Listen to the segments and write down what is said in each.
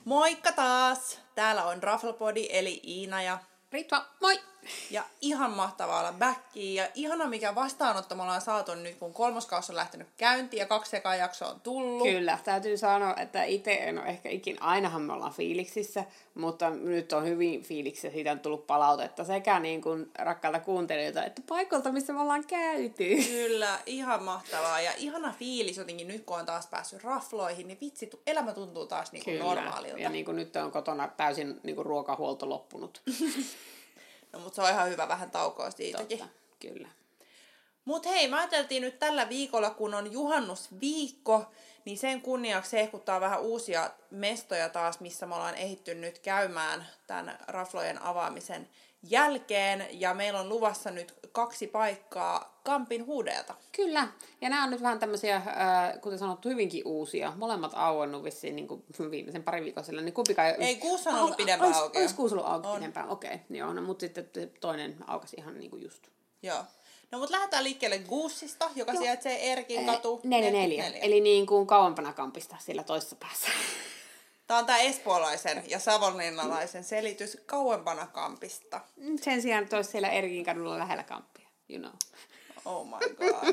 Moikka taas! Täällä on Raflapodi eli Iina ja Ritva, moi! Ja ihan mahtavaa olla backiin ja ihana mikä vastaanotto me ollaan saatu nyt, kun 3. kausi on lähtenyt käyntiin ja 2 ekaa jaksoa on tullut. Kyllä, täytyy sanoa, että itse en ole ehkä ainahan me ollaan fiiliksissä, mutta nyt on hyvin fiiliksissä, siitä on tullut palautetta sekä niin kuin rakkailta kuuntelijoilta, että paikalta, missä me ollaan käyty. Kyllä, ihan mahtavaa ja ihana fiilis jotenkin nyt, kun on taas päässyt rafloihin, niin vitsi, elämä tuntuu taas niin kuin normaalilta. Ja niin kuin nyt on kotona täysin niin kuin ruokahuolto loppunut. No, mutta se on ihan hyvä vähän taukoa siitäkin. Totta, kyllä. Mut hei, mä ajateltiin nyt tällä viikolla, kun on juhannusviikko, niin sen kunniaksi hehkuttaa vähän uusia mestoja taas, missä me ollaan ehditty nyt käymään tämän raflojen avaamisen jälkeen. Ja meillä on luvassa nyt 2 paikkaa Kampin Huudeelta. Kyllä, ja nämä on nyt vähän tämmöisiä, kuten sanottu, hyvinkin uusia. Molemmat auennut vissiin niin kuin viimeisen parin viikon sillä, niin kumpikaan... Ei, Kuussa on ollut pidempään auki. Olisi Kuussa ollut auki pidempään, okei. Joo, no, mutta sitten toinen aukasi ihan niin kuin just. Joo. No, mutta lähdetään liikkeelle Guussista, joka sijaitsee Erkin katu 44. Eli niin kuin kauempana Kampista, sillä toisessa päässä. Tämä on tämä espoolaisen ja savonlinnalaisen selitys kauempana Kampista. Sen sijaan, että olisi siellä Erkin kadulla lähellä Kampia, you know. Oh my god.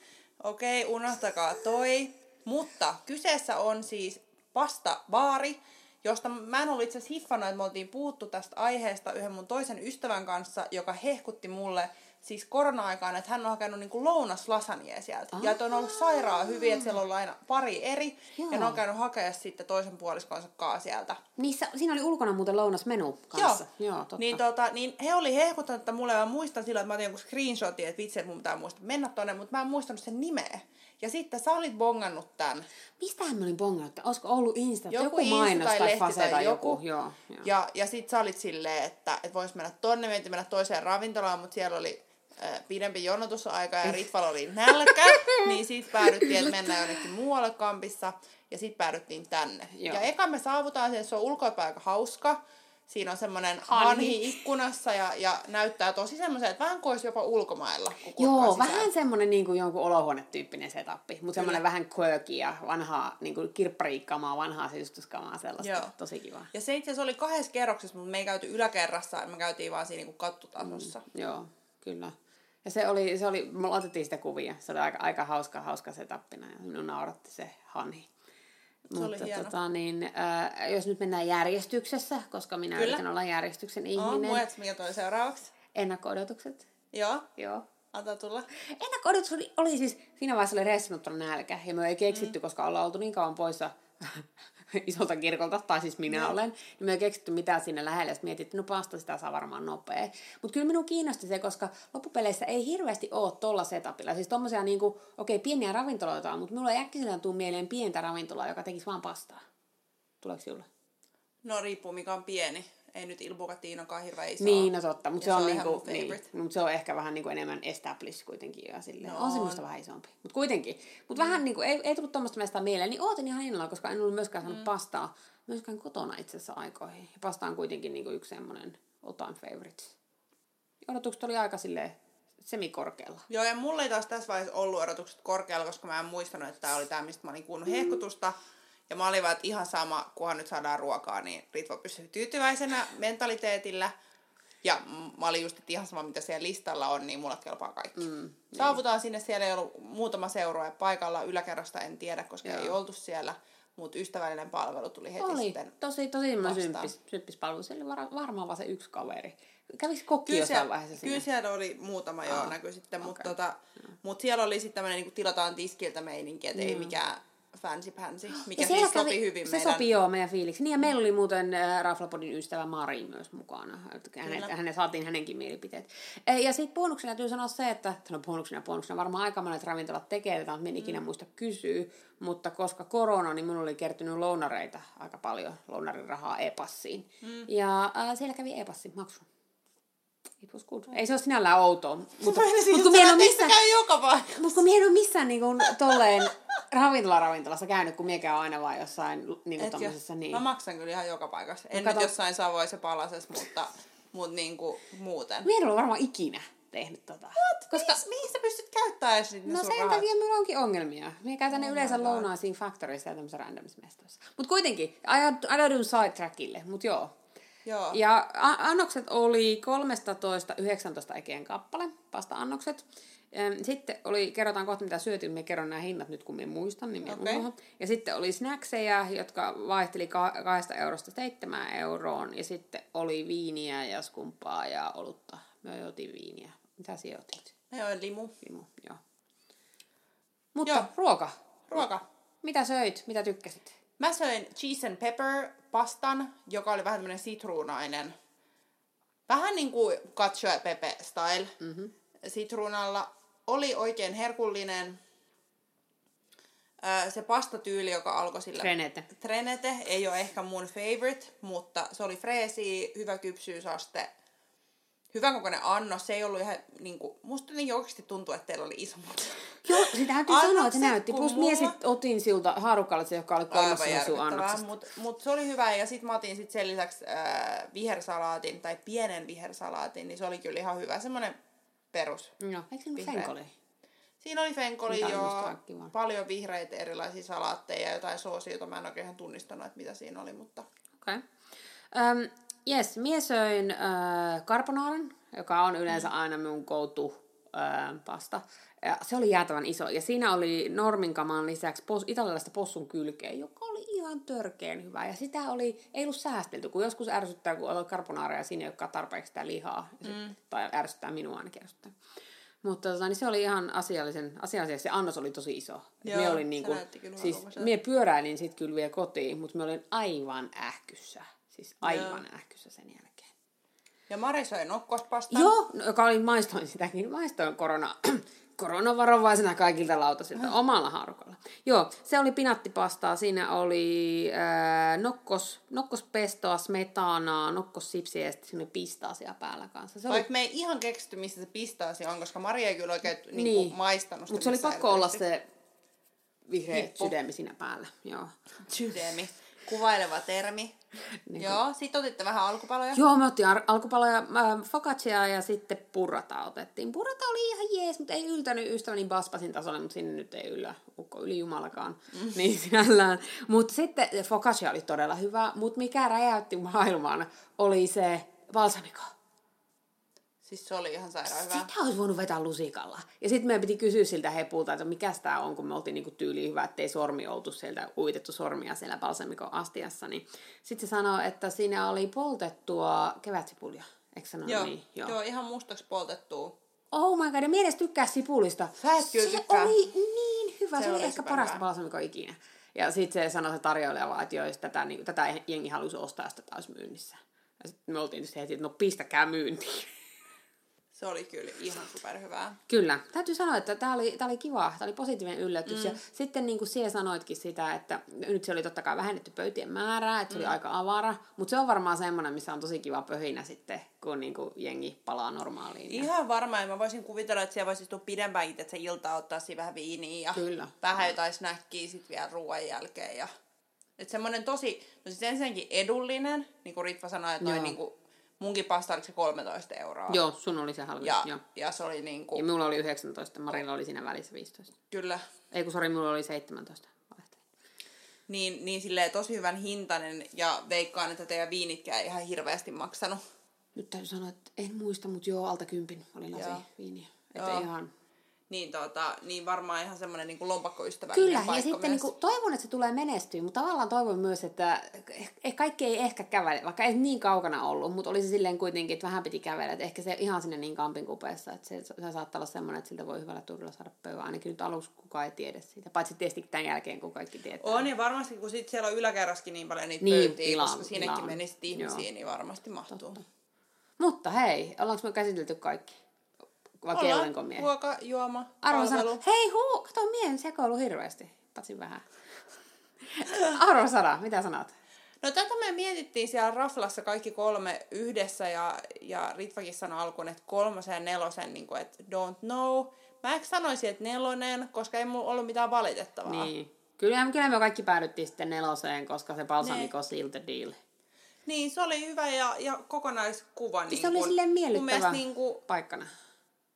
Okei, unohtakaa toi. Mutta kyseessä on siis pastabaari, josta mä en ollut itse asiassa hiffannut, että me oltiin puhuttu tästä aiheesta yhden mun toisen ystävän kanssa, joka hehkutti mulle siis korona-aikaan, että hän on hakenut niin kuin lounaslasagne sieltä. Ja että on ollut sairaan hyvin, että siellä on aina pari eri. Joo. Ja ne on käynyt hakea sitten toisen puoliskonsa kaa sieltä. Siinä oli ulkona muuten lounasmenu kanssa. Joo, totta. Niin he oli hehkuttanut, että mulle, mä muistan silloin, että mä otin jonkun screenshotin, että vitsi, että mun pitää muistaa mennä tonne, mutta mä en muistanut sen nimeä. Ja sitten sä olit bongannut tän. Mistähän mä olin bongannut? Olisiko ollut Insta? Joku mainos tai Fase tai joku. Joo. Ja sit sä olit silleen, että vois mennä tonne, mennä toiseen ravintolaan, mutta siellä oli pidempi jonotusaika ja Ritvalla oli nälkä, niin sit päädyttiin, että mennään jonnekin muualle Kampissa ja sit päädyttiin tänne. Joo. Ja eka me saavutaan se on ulkoapäin aika hauska. Siinä on semmoinen hanhi ikkunassa ja näyttää tosi semmoisen, että vähän kuin olisi jopa ulkomailla. Joo, vähän semmoinen niin kuin jonkun olohuonetyyppinen setappi, mutta semmoinen vähän quirky ja vanhaa, niin kuin kirppariikkamaa, vanhaa sisustuskamaa sellaista. Joo. Tosi kiva. Ja se itse asiassa oli 2 kerroksessa, mutta me ei käyty yläkerrassa, me käytiin vaan siinä niin kuin kattutasossa. Joo, kyllä. Ja se oli, me otettiin sitä kuvia, se oli aika hauska setappina ja minun nauratti se hanhi. Se oli hieno. Jos nyt mennään järjestyksessä, koska minä yritän olla järjestyksen ihminen. Muets, mikä toi seuraavaksi? Ennakko-odotukset. Joo. Antaa tulla. Ennakko-odotukset oli siis, siinä vaiheessa oli reissannut nälkä ja me ei keksitty, koska ollaan oltu niin kauan poissa isolta kirkolta, tai siis minä olen, niin me ei keksitty mitään sinne lähelle, ja mietin, että no pasta sitä saa varmaan nopea. Mutta kyllä minun kiinnosti se, koska loppupeleissä ei hirveästi ole tuolla setupilla. Siis tommosia niinku, pieniä ravintoloita on, mutta minulla ei äkkiseltään tule mieleen pientä ravintolaa, joka tekisi vaan pastaa. Tuleeko sinulle? No riippuu mikä on pieni. Ei nyt Il Bucatinokaan hirveän iso. Niin, no totta, mutta se on niinku, mutta se on ehkä vähän niinku enemmän established kuitenkin ja silleen. No, on se minusta vähän isompi, mutta kuitenkin. Mutta vähän niinku, ei tullut tuommoista mestaa mieleen, niin ootin ihan innolla, koska en ollut myöskään saanut pastaa myöskään kotona itse asiassa aikoihin. Ja pasta on kuitenkin niinku yksi semmoinen all time favorites. Odotukset oli aika silleen semikorkealla. Joo, ja mulla ei taas tässä vaiheessa ollut odotukset korkealla, koska mä en muistanut, että tää oli tää, mistä mä olin kuunnut hehkutusta. Ja mä olin vaan, että ihan sama, kunhan nyt saadaan ruokaa, niin Ritva pysyy tyytyväisenä mentaliteetillä. Ja mä olin just, että ihan sama, mitä siellä listalla on, niin mulle kelpaa kaikki. Saavutaan sinne, siellä ei ollut muutama seuraaja paikalla. Yläkerrasta en tiedä, koska ei oltu siellä. Mutta ystävällinen palvelu tuli heti sitten tosi symppis palvelu. Siellä oli varmaan vaan se yksi kaveri. Kävisi kokki jossain vaiheessa siinä? Kyllä siellä oli muutama näkyi sitten. Okay. Mutta siellä oli sitten tämmöinen, niin tilataan tiskiltä meininki, että ei mikään fancy, mikä siis sopi hyvin meidän. Se sopi meidän fiiliksi. Niin ja meillä oli muuten Raflapodin ystävä Mari myös mukana. Saatiin hänenkin mielipiteet. Ja sitten bonuksena täytyy sanoa se, että bonuksena varmaan aika monet ravintolat tekee tätä, mutta en ikinä muista kysyä. Mutta koska korona, niin minulla oli kertynyt lounareita aika paljon, lounarirahaa e-passiin. Ja siellä kävi e-passin maksu. It was good. Ei se ole sinällään outoa. Mutta kun minä en ole missään niin kuin, tolleen ravintolassa käynyt, kun minä käyn aina vaan jossain niin tommosessa. Niin. Mä maksan kyllä ihan joka paikassa. En nyt jossain Savoissa Palasessa, mutta niin kuin muuten. Minä en ole varmaan ikinä. tehnyt tota. Koska... Mihin sä pystyt käyttämään sitten No sen takia minulla onkin ongelmia. Minä käytän ne yleensä lounaisiin factorissa ja tämmöisissä randomismestoissa. Mutta kuitenkin, ajaudun sidetrackille, mutta joo. Ja annokset oli 13-19 ekeen kappale, pasta-annokset. Sitten kerrotaan kohta mitä syötiin, me kerron nämä hinnat nyt kun minä muistan, niin minä ja sitten oli snackseja, jotka vaihteli 2 eurosta 7 euroon, ja sitten oli viiniä ja skumppaa ja olutta. Me jotiin viiniä. Mitä sinä otit? Me join limu. Limu, joo. Mutta ruoka. Mitä söit? Mitä tykkäsit? Mä söin cheese and pepper pastan, joka oli vähän tämmönen sitruunainen. Vähän niin kuin cacio e pepe style. Mm-hmm. Sitruunalla. Oli oikein herkullinen. Se pastatyyli, joka alkoi sillä... Trenete. Ei ole ehkä mun favorite, mutta se oli freesi, hyvä kypsyysaste. Hyvän kokoinen annos. Se ei ollut ihan niinku... Musta niin oikeasti tuntuu, että teillä oli isommat. Joo, sitä täytyy sanoa, että se näytti. Plus mies otin siltä haarukalle, joka oli 3 annoksesta. Mut se oli hyvä. Ja sit mä otin sen lisäksi vihersalaatin, tai pienen vihersalaatin, niin se oli kyllä ihan hyvä. Semmonen perus. Joo, eikö siinä ole fenkoli? Siinä oli fenkoli jo, paljon vihreitä erilaisia salaatteja ja jotain soosia, jota mä en oikein tunnistanut, että mitä siinä oli, mutta... Okei. Jes, mie söin carbonaaran, joka on yleensä aina mun go-to pasta. Ja se oli jäätävän iso. Ja siinä oli norminkaman lisäksi italialaista possun kylkeä, joka oli ihan törkeen hyvä. Ja sitä ei ollut säästelty, kun joskus ärsyttää, kun olet carbonaaria ja siinä ei olekaan tarpeeksi sitä lihaa. Tai ärsyttää minua ainakin ärsyttää. Mutta niin se oli ihan asiallisesti. Se annos oli tosi iso. Joo, mie olin mie pyöräilin sit kyllä vielä kotiin, mutta mie olin aivan ähkyssä. Siis aivan ähkyssä sen jälkeen. Ja Mari söi nokkospastan. Joo, joka oli, maistoin sitäkin. Maistoin koronavarovaisena kaikilta lautasilta omalla haarukalla. Joo, se oli pinattipastaa. Siinä oli nokkospestoa, smetanaa, nokkossipsiä ja sitten siinä oli pistaasia päällä kanssa. Vaikka me ei ihan keksitty, mistä se pistaasia on, koska Mari ei kyllä oikein niin. Maistanut sitä. Mutta se oli pakko olla se vihreä sydämi siinä päällä. Joo. Sydämi. Kuvaileva termi. Niin joo, sitten otitte vähän alkupaloja. Joo, me otin alkupaloja, focacciaa ja sitten purrata otettiin. Purrata oli ihan jees, mutta ei yltänyt ystäväni baspasin tasolle, mutta sinne nyt ei yllä, ukko yli jumalakaan, niin sinällään. Mutta sitten focaccia oli todella hyvä, mutta mikä räjäytti maailman oli se balsamico. Siis se oli ihan sairaan hyvä. Sitä olisi voinut vetää lusikalla. Ja sitten meidän piti kysyä siltä hepulta, että mikä tämä on, kun me oltiin niinku tyyliin hyvä, ettei sormi oltu sieltä uitettu sormia siellä balsamikon astiassa. Niin sitten se sanoi, että siinä oli poltettua kevätsipulia. Eikö sanonut niin? Joo, ihan mustaksi poltettua. Oh my god, ja minä edes tykkää sipulista. Sä et kyllä tykkää. Se oli niin hyvä, se oli ehkä parasta balsamikon ikinä. Ja sitten se sanoi se tarjoilija vaan, että joo, jos tätä jengi halusi ostaa, jos tätä olisi myynnissä. Ja sitten me oltiin heti, että no pistäkää myyntiin. Se oli kyllä ihan superhyvää. Kyllä. Täytyy sanoa, että tämä oli kiva. Tämä oli positiivinen yllätys. Ja sitten niin kuin siellä sanoitkin sitä, että nyt se oli totta kai vähennetty pöytien määrää, että se oli aika avara. Mutta se on varmaan semmoinen, missä on tosi kiva pöhinä sitten, kun niin kuin jengi palaa normaaliin. Ihan varmaan. Ja mä voisin kuvitella, että siellä voisi istua pidempäänkin, että se ilta ottaa siinä vähän viiniä ja kyllä. Vähän jotain snäkkiä sitten vielä ruoan jälkeen. Ja... Että semmoinen tosi, no siis ensinnäkin edullinen, niin kuin Ritva sanoi, että noin niin kuin munkin pasta oliko se 13 €. Joo, sun oli se halvin. Ja se oli niinku... Ja minulla oli 19, Marilla oli siinä välissä 15. Kyllä. Ei kun sori, minulla oli 17. Niin silleen tosi hyvän hintainen ja veikkaan, että teidän viinitkään ei ihan hirveästi maksanut. Nyt täytyy sanoa, että en muista, mutta joo, alta 10 oli lasi viiniä. Että ihan... Niin varmaan ihan semmoinen niin lompakkoystävä. Kyllä, ja sitten niin kuin, toivon, että se tulee menestyä, mutta tavallaan toivon myös, että kaikki ei ehkä kävele, vaikka ei niin kaukana ollut, mutta oli se silleen kuitenkin, että vähän piti kävellä, että ehkä se ihan sinne niin kampin kupeessa, että se saattaa olla semmoinen, että siltä voi hyvällä turilla saada pöydän. Ainakin nyt aluksi kukaan ei tiedä siitä, paitsi tietysti tämän jälkeen, kun kaikki tietää. On, ja varmasti, kun sit siellä on yläkerraskin niin paljon niitä pöytiä, koska sinnekin menisi ihmisiä, niin varmasti mahtuu. Totta. Mutta hei, ollaanko me käsitelty kaikki? Ruoka, juoma, palvelu. Hei kato, miehen sekoilu hirveästi. Patsin vähän. Arvosana, mitä sanot? No tätä me mietittiin siellä raflassa kaikki 3 yhdessä ja Ritvakin sanoi alkuun, että 3 ja 4, niin kuin, että don't know. Mä ehkä sanoisin, että 4, koska ei mulla ollut mitään valitettavaa. Niin. Kyllä me kaikki päädyttiin sitten 4, koska se balsamiko seal the deal. Niin, se oli hyvä ja kokonaiskuva. Se oli silleen miellyttävä paikkana.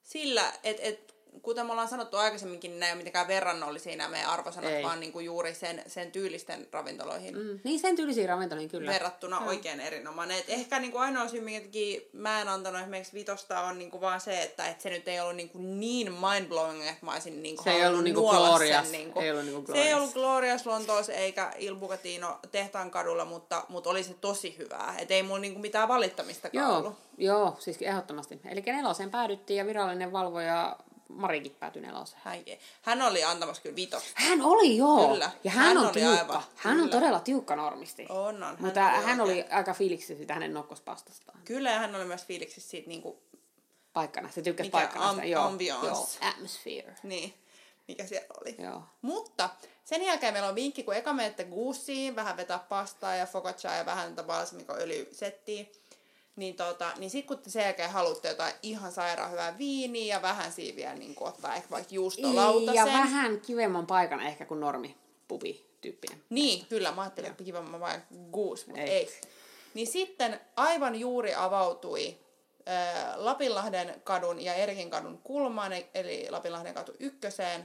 sillä, että kuten me ollaan sanottu aikaisemminkin, niin nämä ei ole mitenkään verrannollisia nämä meidän arvosanat, vaan niinku juuri sen tyylisten ravintoloihin. Niin sen tyylisiin ravintoloihin kyllä. Verrattuna oikein erinomainen. Et ehkä niinku ainoa syy, minkä mä en antanut esimerkiksi vitosta, on niinku vaan se, että se nyt ei ollut niinku niin mindblowing, että mä olisin niinku se ei ollut niinku glorious. Se ei ollut glorious Lontoossa eikä Il Bucatino tehtaan kadulla, mutta oli se tosi hyvää. Et ei mulla niinku mitään valittamistakaan ollut. Joo, siis ehdottomasti. Eli 4 päädyttiin ja virallinen valvoja Marikin päätyi 4. Hän oli antamassa kyllä 5. Hän oli, joo. Kyllä. Ja hän on tiukka. Aivan, hän on todella tiukka normisti. On. Mutta hän oli aika fiiliksissä siitä hänen nokkospastastaan. Kyllä, ja hän oli myös fiiliksissä siitä niinku... Paikkana. Se tykkäsi paikkana sitä. Joo. Atmosphere. Niin. Mikä siellä oli. Joo. Mutta sen jälkeen meillä on vinkki, kun eka menette Gooseen, vähän vetää pastaa ja focacciaa ja vähän balsamikoöljysettiä. Niin sit kun te sen jälkeen haluatte jotain ihan sairaan hyvää viiniä ja vähän siiviä, niin ottaa ehkä vaikka juustolautasen. Ja vähän kivemman paikan ehkä kuin normi pubi tyyppinen. Niin, kyllä. Mä ajattelin, että kivemman vain Goose, mutta ei. Niin sitten aivan juuri avautui Lapinlahden kadun ja Erikin kadun kulmaan, eli Lapinlahden katu 1,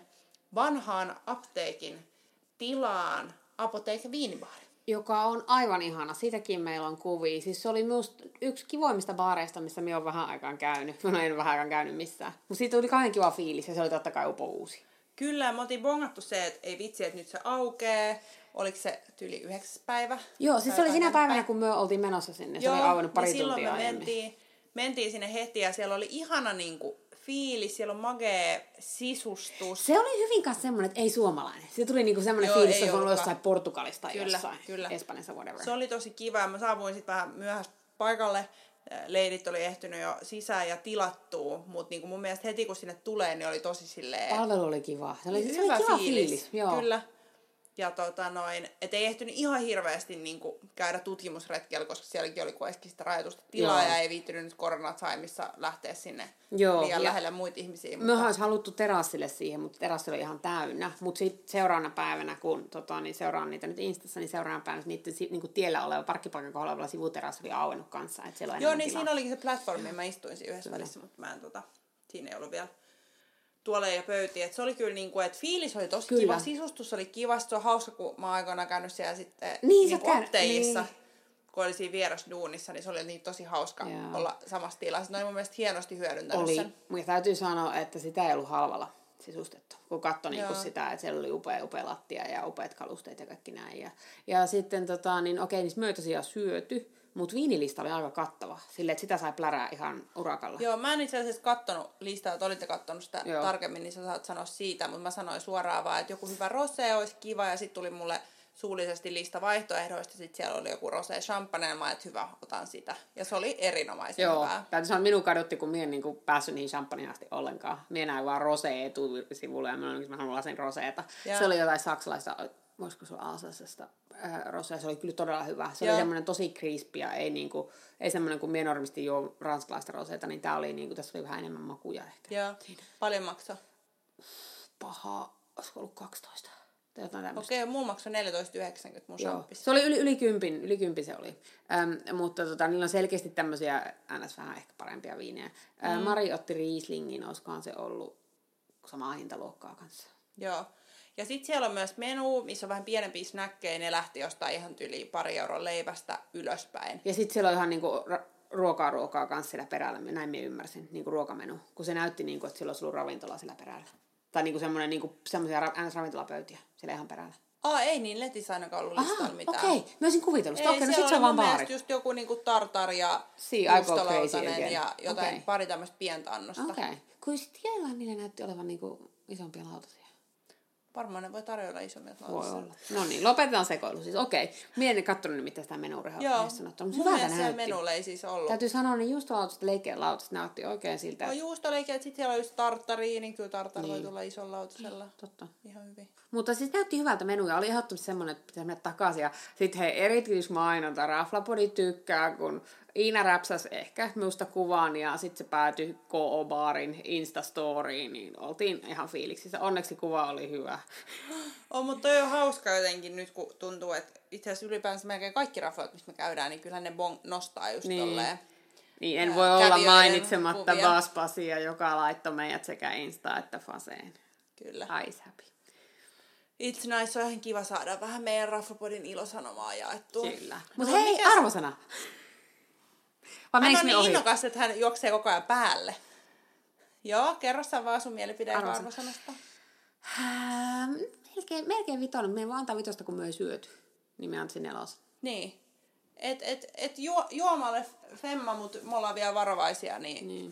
vanhaan apteekin tilaan Apotheek viinibaari. Joka on aivan ihana. Siitäkin meillä on kuvia. Siis se oli minusta yksi kivoimmista baareista, missä minä olen vähän aikaan käynyt. Mä en vähän aikaan käynyt missään. Mutta siitä tuli kauhean kiva fiilis ja se oli totta kai upo uusi. Kyllä, me oltiin bongattu se, että ei vitsi, että nyt se aukee. Oliko se yli 9. päivä? Joo, siis se oli sinä päivänä, kun me oltiin menossa sinne. Se oli auennut pari tuntia silloin me aiemmin. mentiin sinne heti ja siellä oli ihana niinku fiilis, siellä on magee sisustus. Se oli hyvin kanssa semmoinen, että ei suomalainen. Se tuli niinku semmoinen fiilis, että se on ollut jossain Portugalista tai jossain Espanjassa, whatever. Se oli tosi kiva. Mä saavuin sitten vähän myöhäistä paikalle. Leidit oli ehtinyt jo sisään ja tilattuu, mutta niinku mun mielestä heti kun sinne tulee, niin oli tosi silleen... Palvelu oli kiva. Se oli hyvä kiva fiilis. Joo. Kyllä. Ja et ei ehtinyt ihan hirveästi niinku käydä tutkimusretkellä, koska sielläkin oli kuitenkin sitä rajoitusta tilaa ja ei viittynyt nyt koronasaimissa lähteä sinne liian lähelle muita ihmisiä. Me olisi haluttu terassille siihen, mutta terassi oli ihan täynnä. Mutta sitten seuraavana päivänä, kun seuraan niitä nyt Instassa, niin seuraavana päivänä niiden niinku tiellä oleva parkkipaikan kohdalla oleva sivuterassi oli auennut kanssa. Et siellä joo, niin tilaa. Siinä olikin se platformi, mä istuin siinä yhdessä välissä, mutta mä en siinä ei ollut vielä tuoleja ja pöytiä. Et se oli kyllä niinku, että fiilis oli tosi kiva, sisustus oli kiva. Se on hauska, kun mä oon aikoinaan käynyt siellä sitten niinku apteissa, kun oli siinä vierasduunissa, niin se oli niin tosi hauska olla samassa tilassa. Ne oli mun mielestä hienosti hyödyntänyt sen. Mutta täytyy sanoa, että sitä ei ollut halvalla sisustettu, kun katsoi niinku sitä, että siellä oli upea lattia ja upeat kalusteet ja kaikki näin. Ja sitten niin me tosiaan syöty. Mutta viinilista oli aika kattava, silleen, että sitä sai plärää ihan urakalla. Joo, mä en itse asiassa kattonut listaa, että olitte kattonut sitä tarkemmin, niin sä saat sanoa siitä, mutta mä sanoin suoraan vaan, että joku hyvä rosé olisi kiva, ja sitten tuli mulle suullisesti lista vaihtoehdoista, sitten siellä oli joku rosé champagne, ja mä että hyvä, otan sitä. Ja se oli erinomaisen hyvää. Joo, täytyy sanoa, minun kadutti, kun minä en niin päässyt niihin champagneen asti ollenkaan. Minä näin vaan rosé etusivulle, ja mä haluan lasin roseeta. Se oli jotain saksalaista, voisiko se olla Alsassesta rosé, se oli kyllä todella hyvä. Se oli semmoinen tosi crispy ja ei semmoinen kuin minä normisti juo ranskalaista roseeta, niin tää oli tässä oli vähän enemmän makuja ehkä. Joo. Paljon maksaa? Paha, olisiko ollut 12? Okei, mulla maksoi 14,90 mun champissa. Se oli yli 10 se oli. Mutta niillä on selkeästi tämmöisiä ns. Vähän ehkä parempia viinejä. Mari otti Rieslingin, olisikohan se ollut samaa hintaluokkaa kanssa. Joo. Ja sitten siellä on myös menu, missä on vähän pienempiä snäkkejä. Ne lähti jostain ihan yli 2 euron leivästä ylöspäin. Ja sitten siellä on ihan niinku ruokaa kanssa siellä perällä. Näin minä ymmärsin, niinku ruokamenu. Kun se näytti, niinku, että siellä olisi ollut ravintola siellä perällä. Tai niinku semmoisia ravintolapöytiä siellä ihan perällä. Ei niin letissä ainakaan ollut listalla mitään. Okei. Mä olisin kuvitellut. Okei, no sit se on vaan baari. Just joku niinku tartar ja juustolautanen ja jotain pari tämmöistä pientä annosta. Okei. Kun sitten joillain niille näytti olevan niinku isompia lautasia. Varmaan ne voi tarjolla isommia lautasia. Voi olla. No niin, lopetetaan sekoilu siis. Okei. Mie en katsonut nimittäin sitä menurehaa. Joo. Mun mielestä siellä menulla ei siis ollut. Täytyy sanoa, niin juustolautaset, leikeän lautaset näytti oikein siltä. No juustoleikeet, sitten siellä on just tarttari, niin kyllä tartar voi tulla isolla lautasella. Totta. Ihan hyvin. Mutta siis näytti hyvältä menuja. Oli ehdottomasti semmoinen, että pitäisi mennä takaisin. Ja sitten hei, erityismainonta. Raflapodi tykkää, kun Iina räpsäsi ehkä minusta kuvan ja sitten se päätyi KO-baarin Instastoriin, niin oltiin ihan fiiliksissä. Onneksi kuva oli hyvä. Mutta toi on hauska jotenkin nyt, kun tuntuu, että itse asiassa ylipäänsä melkein kaikki raflat, missä me käydään, niin kyllähän ne nostaa just tolleen Niin, en voi olla kävijöiden mainitsematta kuvia. Baspasia, joka laittoi meidät sekä Insta että Faseen. Kyllä. Ice happy. It's nice, on ihan kiva saada vähän meidän Raflapodin ilosanomaa jaettua. Kyllä. Mutta hei, arvosana. Vai Hän menikö on ne niin ohi? innokas, että hän juoksee koko ajan päälle. Joo, kerro sä vaan sun mielipide arvosanasta. Melkein vitonen. Me ei voi antaa vitosta, kun me ei syöty. Niin me antaisin 4. Niin. Juomalle femma, mutta me ollaan vielä varovaisia, niin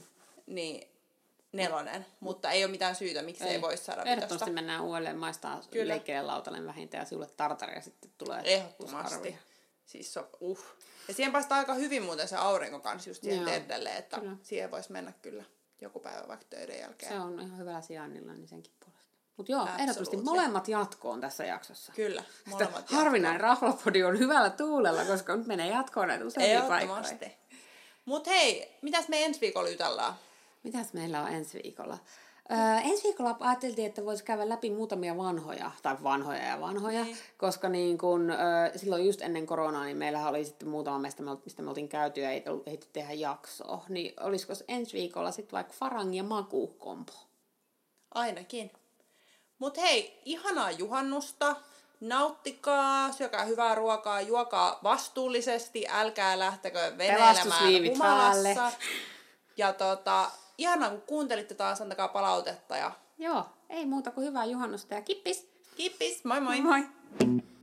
4. Mutta ei ole mitään syytä, miksi ei voi saada vitosta. Ehdottomasti mennään uudelleen maistaa leikkeelle lautalle vähintään ja sinulle tartari ja sitten tulee Ehdottomasti. Siis Ja siihen paistaa aika hyvin muuten se aurinko kanssa just siihen Teddelle, että siihen voisi mennä kyllä joku päivä vaikka töiden jälkeen. Se on ihan hyvällä sijainnilla, niin senkin puolesta. Mutta joo, ehdottomasti molemmat jatkoon tässä jaksossa. Kyllä, molemmat jatkoon. Harvinainen Raflapodi on hyvällä tuulella, koska nyt menee jatkoon näitä useampia paikkoja. Mut hei, mitäs me ensi viikolla jutellaan? Mitäs meillä on ensi viikolla? Ensi viikolla ajateltiin, että voisi käydä läpi muutamia vanhoja, koska niin kun, silloin just ennen koronaa, niin meillähän oli sitten muutama mistä me oltiin käyty ja ei ehditty tehdä jaksoa. Niin olisiko ensi viikolla sitten vaikka Farang ja Maku-kompo? Ainakin. Mut hei, ihanaa juhannusta. Nauttikaa, syökää hyvää ruokaa, juokaa vastuullisesti, älkää lähtekö veneilemään humalassa. Ja ihanaa, kun kuuntelitte taas, antakaa palautetta. Ja... Joo, ei muuta kuin hyvää juhannusta ja kippis! Kippis, moi moi! Moi!